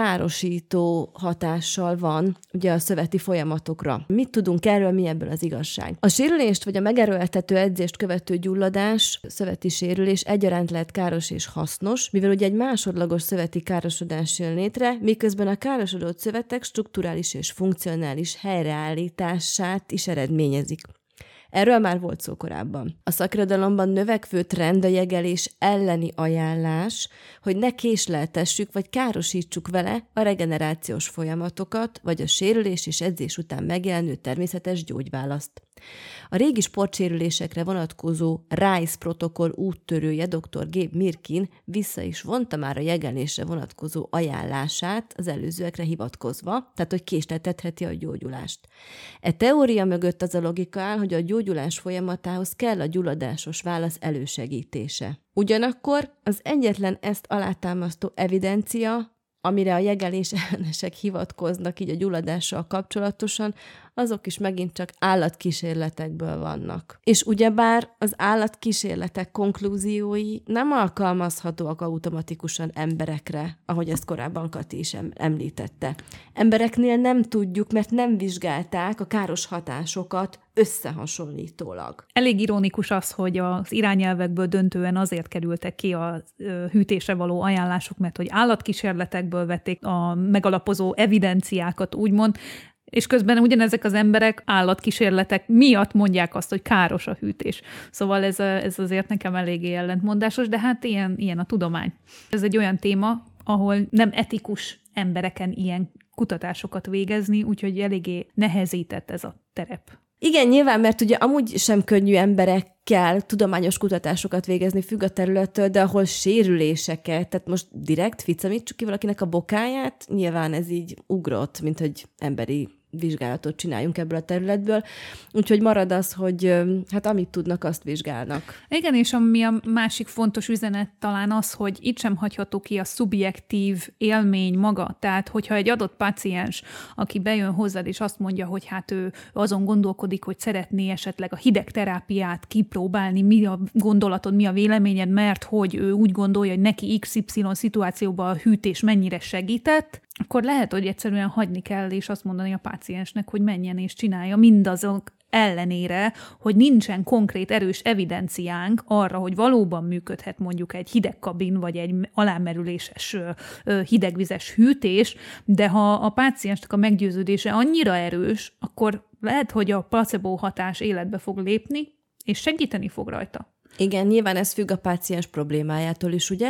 károsító hatással van ugye a szöveti folyamatokra. Mit tudunk erről, mi ebből az igazság? A sérülést vagy a megerőltető edzést követő gyulladás, szöveti sérülés egyaránt lehet káros és hasznos, mivel ugye egy másodlagos szöveti károsodás jön létre, miközben a károsodott szövetek strukturális és funkcionális helyreállítását is eredményezik. Erről már volt szó korábban. A szakirodalomban növekvő trend a jegelés elleni ajánlás, hogy ne késleltessük vagy károsítsuk vele a regenerációs folyamatokat, vagy a sérülés és edzés után megjelenő természetes gyógyválaszt. A régi sportsérülésekre vonatkozó Rice protokoll úttörője dr. Gabe Mirkin vissza is vonta már a jegelésre vonatkozó ajánlását az előzőekre hivatkozva, tehát hogy késleltetheti a gyógyulást. E teória mögött az a logika áll, hogy a gyógyulás folyamatához kell a gyulladásos válasz elősegítése. Ugyanakkor az egyetlen ezt alátámasztó evidencia, amire a jegelés ellenesek hivatkoznak így a gyulladással kapcsolatosan, azok is megint csak állatkísérletekből vannak. És ugyebár az állatkísérletek konklúziói nem alkalmazhatóak automatikusan emberekre, ahogy ezt korábban Kati is említette. Embereknél nem tudjuk, mert nem vizsgálták a káros hatásokat összehasonlítólag. Elég ironikus az, hogy az irányelvekből döntően azért kerültek ki a hűtésre való ajánlások, mert hogy állatkísérletekből vették a megalapozó evidenciákat, úgymond, és közben ugyanezek az emberek állatkísérletek miatt mondják azt, hogy káros a hűtés. Szóval ez, ez azért nekem eléggé ellentmondásos, de hát ilyen, ilyen a tudomány. Ez egy olyan téma, ahol nem etikus embereken ilyen kutatásokat végezni, úgyhogy eléggé nehezített ez a terep. Igen, nyilván, mert ugye amúgy sem könnyű emberekkel tudományos kutatásokat végezni, függ a területtől, de ahol sérüléseket, tehát most direkt ficamítsuk ki valakinek a bokáját, nyilván ez így ugrott, mint hogy emberi vizsgálatot csináljunk ebből a területből. Úgyhogy marad az, hogy hát amit tudnak, azt vizsgálnak. Igen, és ami a másik fontos üzenet talán az, hogy itt sem hagyható ki a szubjektív élmény maga. Tehát, hogyha egy adott páciens, aki bejön hozzád, és azt mondja, hogy hát ő azon gondolkodik, hogy szeretné esetleg a hideg terápiát kipróbálni, mi a gondolatod, mi a véleményed, mert hogy ő úgy gondolja, hogy neki iksz ipszilon szituációban a hűtés mennyire segített, akkor lehet, hogy egyszerűen hagyni kell, és azt mondani a páciensnek, hogy menjen és csinálja mindazok ellenére, hogy nincsen konkrét erős evidenciánk arra, hogy valóban működhet mondjuk egy hideg kabin, vagy egy alámerüléses hidegvizes hűtés, de ha a páciensnek a meggyőződése annyira erős, akkor lehet, hogy a placebo hatás életbe fog lépni, és segíteni fog rajta. Igen, nyilván ez függ a páciens problémájától is, ugye,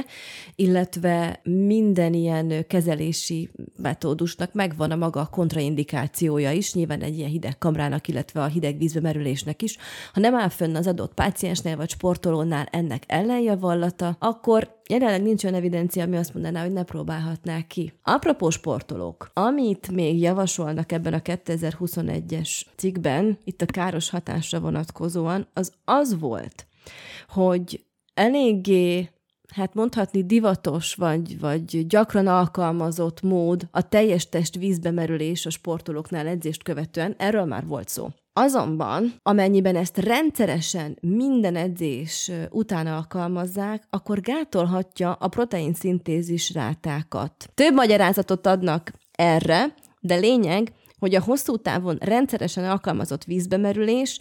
illetve minden ilyen kezelési metódusnak megvan a maga kontraindikációja is, nyilván egy ilyen hideg kamrának, illetve a hideg vízbe merülésnek is. Ha nem áll fönn az adott páciensnél vagy sportolónál ennek ellenjavallata, akkor jelenleg nincs olyan evidencia, ami azt mondaná, hogy ne próbálhatnák ki. Apropó sportolók, amit még javasolnak ebben a kétezer-huszonegyes cikkben, itt a káros hatásra vonatkozóan, az az volt, hogy eléggé, hát mondhatni divatos, vagy, vagy gyakran alkalmazott mód a teljes test vízbemerülés a sportolóknál edzést követően, erről már volt szó. Azonban, amennyiben ezt rendszeresen minden edzés után alkalmazzák, akkor gátolhatja a proteinszintézis rátákat. Több magyarázatot adnak erre, de lényeg, hogy a hosszú távon rendszeresen alkalmazott vízbemerülés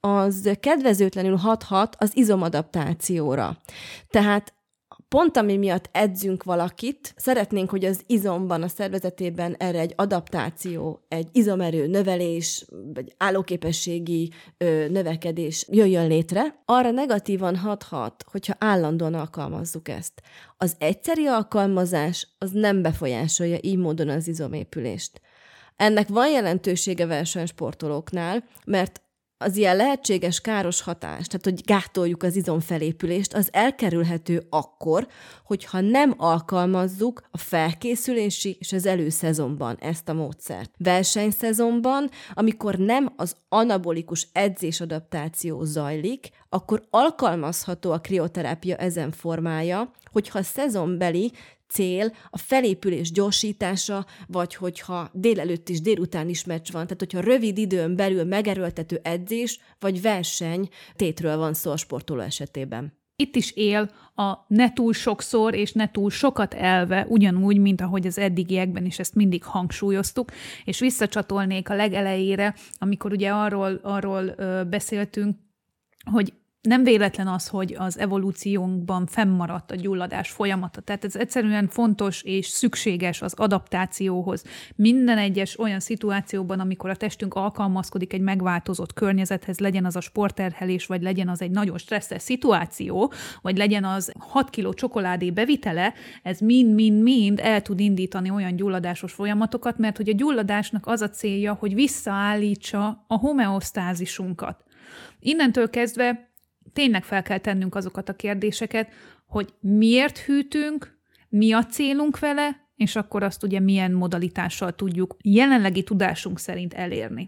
az kedvezőtlenül hathat az izomadaptációra. Tehát pont ami miatt edzünk valakit, szeretnénk, hogy az izomban, a szervezetében erre egy adaptáció, egy izomerő növelés, vagy állóképességi ö, növekedés jöjjön létre, arra negatívan hathat, hogyha állandóan alkalmazzuk ezt. Az egyszeri alkalmazás az nem befolyásolja így módon az izomépülést. Ennek van jelentősége versenysportolóknál, mert az ilyen lehetséges káros hatás, tehát hogy gátoljuk az izomfelépülést, az elkerülhető akkor, hogyha nem alkalmazzuk a felkészülési és az előszezonban ezt a módszert. Versenyszezonban, amikor nem az anabolikus edzésadaptáció zajlik, akkor alkalmazható a krioterápia ezen formája, hogyha a szezonbeli cél a felépülés gyorsítása, vagy hogyha délelőtt is, délután is meccs van, tehát hogyha rövid időn belül megerőltető edzés, vagy verseny tétről van szó a sportoló esetében. Itt is él a ne túl sokszor és ne túl sokat elve, ugyanúgy, mint ahogy az eddigiekben is ezt mindig hangsúlyoztuk, és visszacsatolnék a legelejére, amikor ugye arról, arról ö, beszéltünk, hogy nem véletlen az, hogy az evolúciónkban fennmaradt a gyulladás folyamata. Tehát ez egyszerűen fontos és szükséges az adaptációhoz. Minden egyes olyan szituációban, amikor a testünk alkalmazkodik egy megváltozott környezethez, legyen az a sportterhelés, vagy legyen az egy nagyon stresszes szituáció, vagy legyen az hat kiló csokoládé bevitele, ez mind-mind-mind el tud indítani olyan gyulladásos folyamatokat, mert hogy a gyulladásnak az a célja, hogy visszaállítsa a homeosztázisunkat. Innentől kezdve tényleg fel kell tennünk azokat a kérdéseket, hogy miért hűtünk, mi a célunk vele, és akkor azt ugye milyen modalitással tudjuk jelenlegi tudásunk szerint elérni.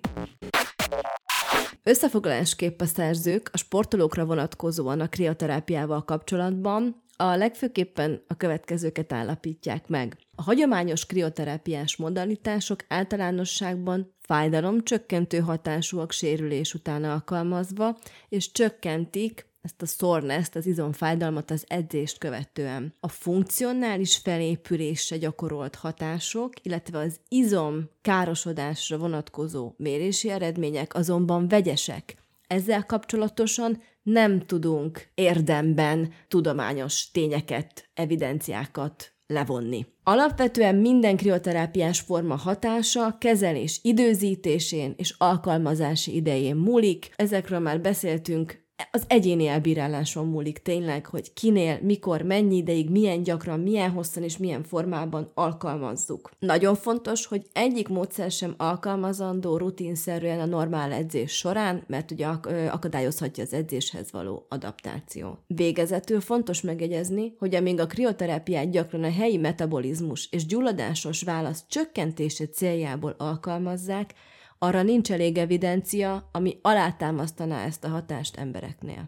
Összefoglalásképp a szerzők a sportolókra vonatkozóan a krioterápiával kapcsolatban a legfőképpen a következőket állapítják meg. A hagyományos krioterápiás modalitások általánosságban fájdalomcsökkentő hatásúak sérülés után alkalmazva, és csökkentik ezt a soreness-t, az izomfájdalmat az edzést követően. A funkcionális felépülésre gyakorolt hatások, illetve az izom károsodásra vonatkozó mérési eredmények azonban vegyesek. Ezzel kapcsolatosan nem tudunk érdemben tudományos tényeket, evidenciákat levonni. Alapvetően minden krioterápiás forma hatása kezelés időzítésén és alkalmazási idején múlik. Ezekről már beszéltünk, az egyéni elbíráláson múlik tényleg, hogy kinél, mikor, mennyi ideig, milyen gyakran, milyen hosszan és milyen formában alkalmazzuk. Nagyon fontos, hogy egyik módszer sem alkalmazandó rutinszerűen a normál edzés során, mert ugye akadályozhatja az edzéshez való adaptáció. Végezetül fontos megjegyezni, hogy amíg a krioterápiát gyakran a helyi metabolizmus és gyulladásos válasz csökkentése céljából alkalmazzák, arra nincs elég evidencia, ami alátámasztaná ezt a hatást embereknél.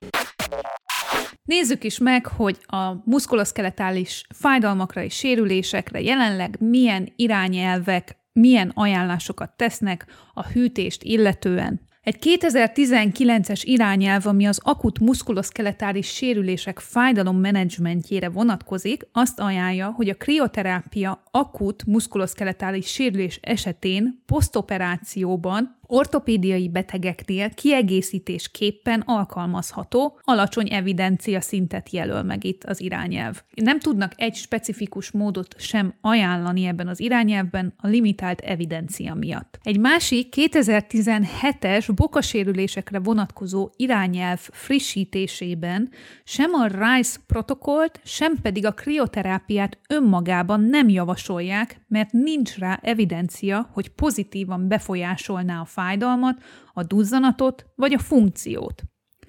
Nézzük is meg, hogy a muszkuloszkeletális fájdalmakra és sérülésekre jelenleg milyen irányelvek, milyen ajánlásokat tesznek a hűtést illetően. Egy kétezer-tizenkilences irányelv, ami az akut muszkuloszkeletális sérülések fájdalommenedzsmentjére vonatkozik, azt ajánlja, hogy a krioterápia akut muszkuloszkeletális sérülés esetén posztoperációban ortopédiai betegeknél kiegészítésképpen alkalmazható, alacsony evidencia szintet jelöl meg itt az irányelv. Nem tudnak egy specifikus módot sem ajánlani ebben az irányelvben a limitált evidencia miatt. Egy másik kétezer-tizenhetes bokasérülésekre vonatkozó irányelv frissítésében sem a RISE protokollt, sem pedig a krioterápiát önmagában nem javasolják, mert nincs rá evidencia, hogy pozitívan befolyásolná a fájdalmat, a duzzanatot vagy a funkciót.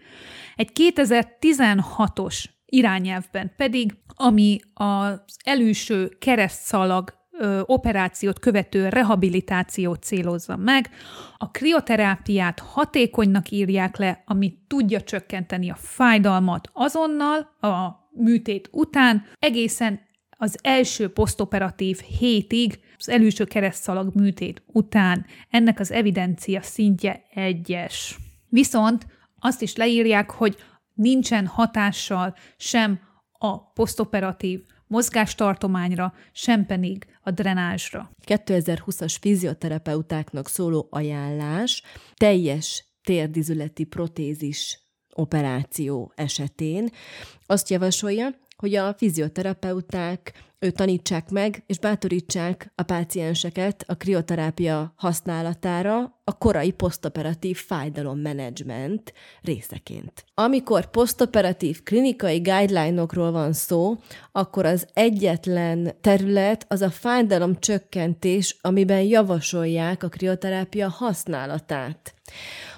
Egy kétezer-tizenhatos irányelvben pedig, ami az előső keresztszalag ö, operációt követő rehabilitációt célozza meg, a krioterápiát hatékonynak írják le, ami tudja csökkenteni a fájdalmat azonnal, a műtét után, egészen az első posztoperatív hétig, az előső keresztszalag műtét után ennek az evidencia szintje egyes. Viszont azt is leírják, hogy nincsen hatással sem a posztoperatív mozgástartományra, sem pedig a drenázsra. kétezer-húszas fizioterapeutáknak szóló ajánlás teljes térdizületi protézis operáció esetén azt javasolja, hogy a fizioterapeuták ő tanítsák meg, és bátorítsák a pácienseket a krioterápia használatára a korai posztoperatív fájdalommenedzsment részeként. Amikor posztoperatív klinikai guideline-okról van szó, akkor az egyetlen terület az a fájdalomcsökkentés, amiben javasolják a krioterápia használatát.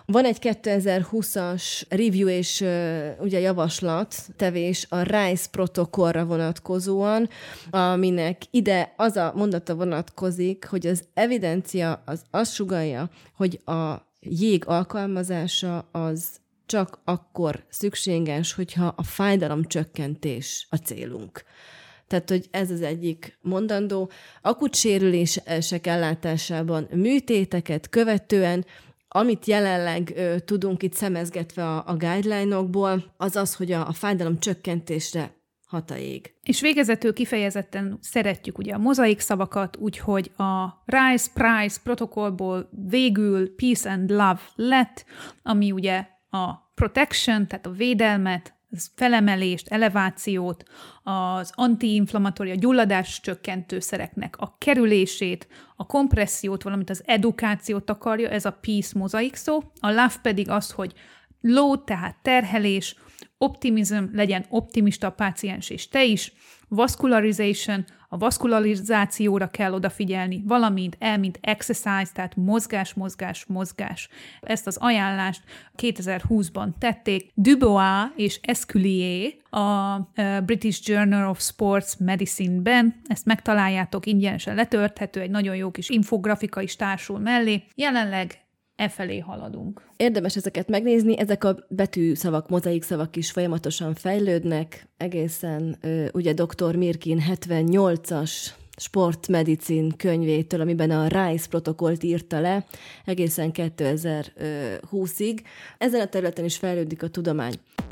Van egy kétezer-húszas review és uh, ugye javaslat tevés a RISE protokollra vonatkozóan, aminek ide az a mondata vonatkozik, hogy az evidencia az azt sugallja, hogy a jég alkalmazása az csak akkor szükséges, hogyha a fájdalomcsökkentés a célunk. Tehát, hogy ez az egyik mondandó. Akut sérülések ellátásában műtéteket követően, amit jelenleg ö, tudunk itt szemezgetve a, a guideline-okból, az az, hogy a, a fájdalom csökkentésre hat a jég. És végezetül kifejezetten szeretjük ugye a mozaik szavakat, úgyhogy a RISE Price protokollból végül Peace and Love lett, ami ugye a protection, tehát a védelmet, az felemelést, elevációt, az antiinflamatória, a gyulladás csökkentő szereknek a kerülését, a kompressziót, valamint az edukációt akarja, ez a peace mozaik szó. A love pedig az, hogy load, tehát terhelés, optimism, legyen optimista a páciens és te is, vascularization, a vaszkularizációra kell odafigyelni, valamint el, mint exercise, tehát mozgás, mozgás, mozgás. Ezt az ajánlást kétezer-húszban tették. Dubois és Esculier a British Journal of Sports Medicine-ben. Ezt megtaláljátok, ingyenesen letölthető, egy nagyon jó kis infografika is társul mellé. Jelenleg e felé haladunk. Érdemes ezeket megnézni, ezek a betűszavak, mozaikszavak is folyamatosan fejlődnek, egészen ugye doktor Mirkin hetvennyolcas sportmedicin könyvétől, amiben a RISE protokollt írta le, egészen kétezer-húszig. Ezen a területen is fejlődik a tudomány.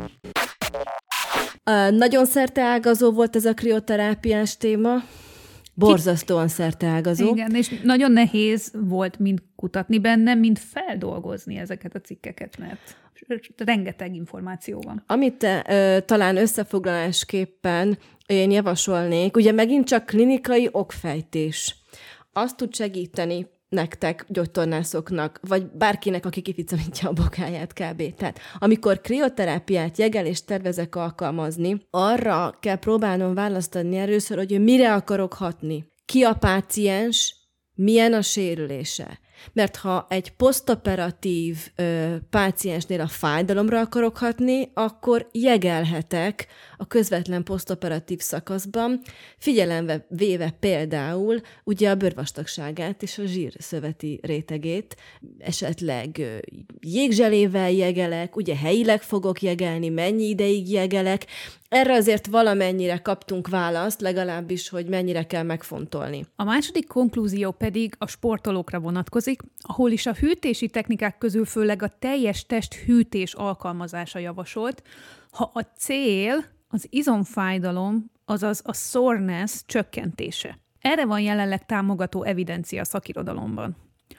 Nagyon szerteágazó volt ez a krioterápiás téma, borzasztóan szerteágazó. Igen, és nagyon nehéz volt mind kutatni benne, mind feldolgozni ezeket a cikkeket, mert rengeteg információ van. Amit te, ö, talán összefoglalásképpen én javasolnék, ugye megint csak klinikai okfejtés. Azt tud segíteni nektek, gyógytornászoknak, vagy bárkinek, aki kificamítja a bokáját kb. Tehát amikor krioterápiát, jegelést tervezek alkalmazni, arra kell próbálnom választ adni először, hogy mire akarok hatni. Ki a páciens, milyen a sérülése. Mert ha egy posztoperatív ö, páciensnél a fájdalomra akarok hatni, akkor jegelhetek a közvetlen posztoperatív szakaszban, figyelembe véve például ugye a bőrvastagságát és a zsírszöveti rétegét, esetleg ö, jégzselével jegelek, ugye helyileg fogok jegelni, mennyi ideig jegelek. Erre azért valamennyire kaptunk választ, legalábbis, hogy mennyire kell megfontolni. A második konklúzió pedig a sportolókra vonatkozik, ahol is a hűtési technikák közül főleg a teljes test hűtés alkalmazása javasolt, ha a cél az izomfájdalom, azaz a soreness csökkentése. Erre van jelenleg támogató evidencia a szakirodalomban.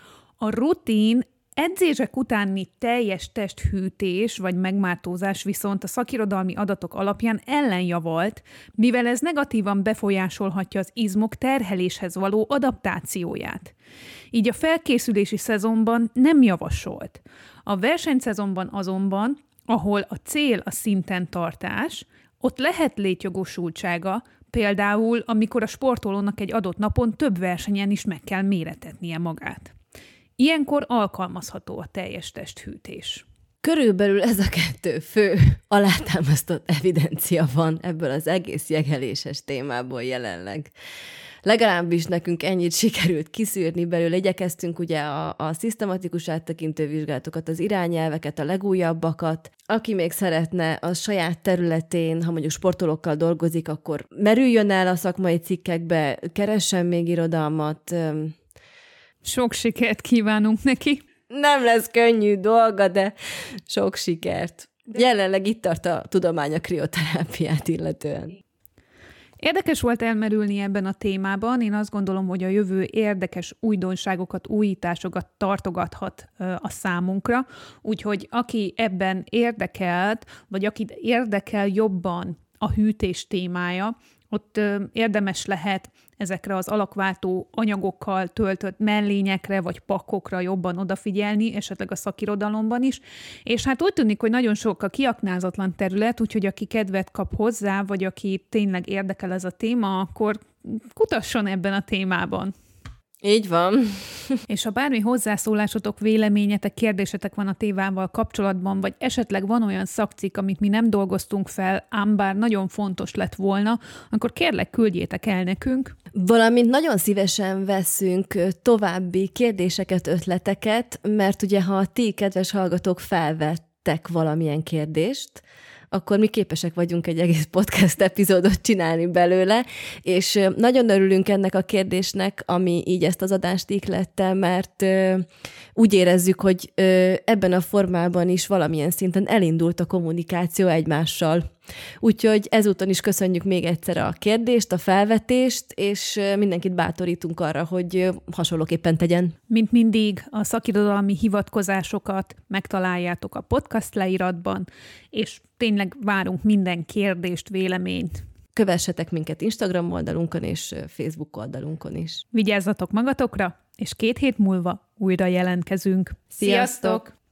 A rutin edzések utáni teljes testhűtés vagy megmártózás viszont a szakirodalmi adatok alapján ellenjavalt, mivel ez negatívan befolyásolhatja az izmok terheléshez való adaptációját. Így a felkészülési szezonban nem javasolt. A versenyszezonban azonban, ahol a cél a szinten tartás, ott lehet létjogosultsága, például amikor a sportolónak egy adott napon több versenyen is meg kell méretetnie magát. Ilyenkor alkalmazható a teljes testhűtés. Körülbelül ez a kettő fő alátámasztott evidencia van ebből az egész jegeléses témából jelenleg. Legalábbis nekünk ennyit sikerült kiszűrni belőle. Igyekeztünk ugye a, a szisztematikus áttekintő vizsgálatokat, az irányelveket, a legújabbakat. Aki még szeretne a saját területén, ha mondjuk sportolókkal dolgozik, akkor merüljön el a szakmai cikkekbe, keressen még irodalmat. Sok sikert kívánunk neki! Nem lesz könnyű dolga, de sok sikert. Jelenleg itt tart a tudomány a krioterápiát illetően. Érdekes volt elmerülni ebben a témában. Én azt gondolom, hogy a jövő érdekes újdonságokat, újításokat tartogathat a számunkra. Úgyhogy aki ebben érdekelt, vagy akit érdekel jobban a hűtés témája, ott érdemes lehet ezekre az alakváltó anyagokkal töltött mellényekre vagy pakkokra jobban odafigyelni, esetleg a szakirodalomban is. És hát úgy tűnik, hogy nagyon sok a kiaknázatlan terület, úgyhogy aki kedvet kap hozzá, vagy aki tényleg érdekel ez a téma, akkor kutasson ebben a témában. Így van. És ha bármi hozzászólásotok, véleményetek, kérdésetek van a tévával kapcsolatban, vagy esetleg van olyan szakcikk, amit mi nem dolgoztunk fel, ám bár nagyon fontos lett volna, akkor kérlek, küldjétek el nekünk. Valamint nagyon szívesen veszünk további kérdéseket, ötleteket, mert ugye ha a ti, kedves hallgatók, felvettek valamilyen kérdést, akkor mi képesek vagyunk egy egész podcast epizódot csinálni belőle, és nagyon örülünk ennek a kérdésnek, ami így ezt az adást ihlette, mert úgy érezzük, hogy ebben a formában is valamilyen szinten elindult a kommunikáció egymással. Úgyhogy ezúton is köszönjük még egyszer a kérdést, a felvetést, és mindenkit bátorítunk arra, hogy hasonlóképpen tegyen. Mint mindig, a szakirodalmi hivatkozásokat megtaláljátok a podcast leíratban, és tényleg várunk minden kérdést, véleményt. Kövessetek minket Instagram oldalunkon és Facebook oldalunkon is. Vigyázzatok magatokra, és két hét múlva újra jelentkezünk. Sziasztok!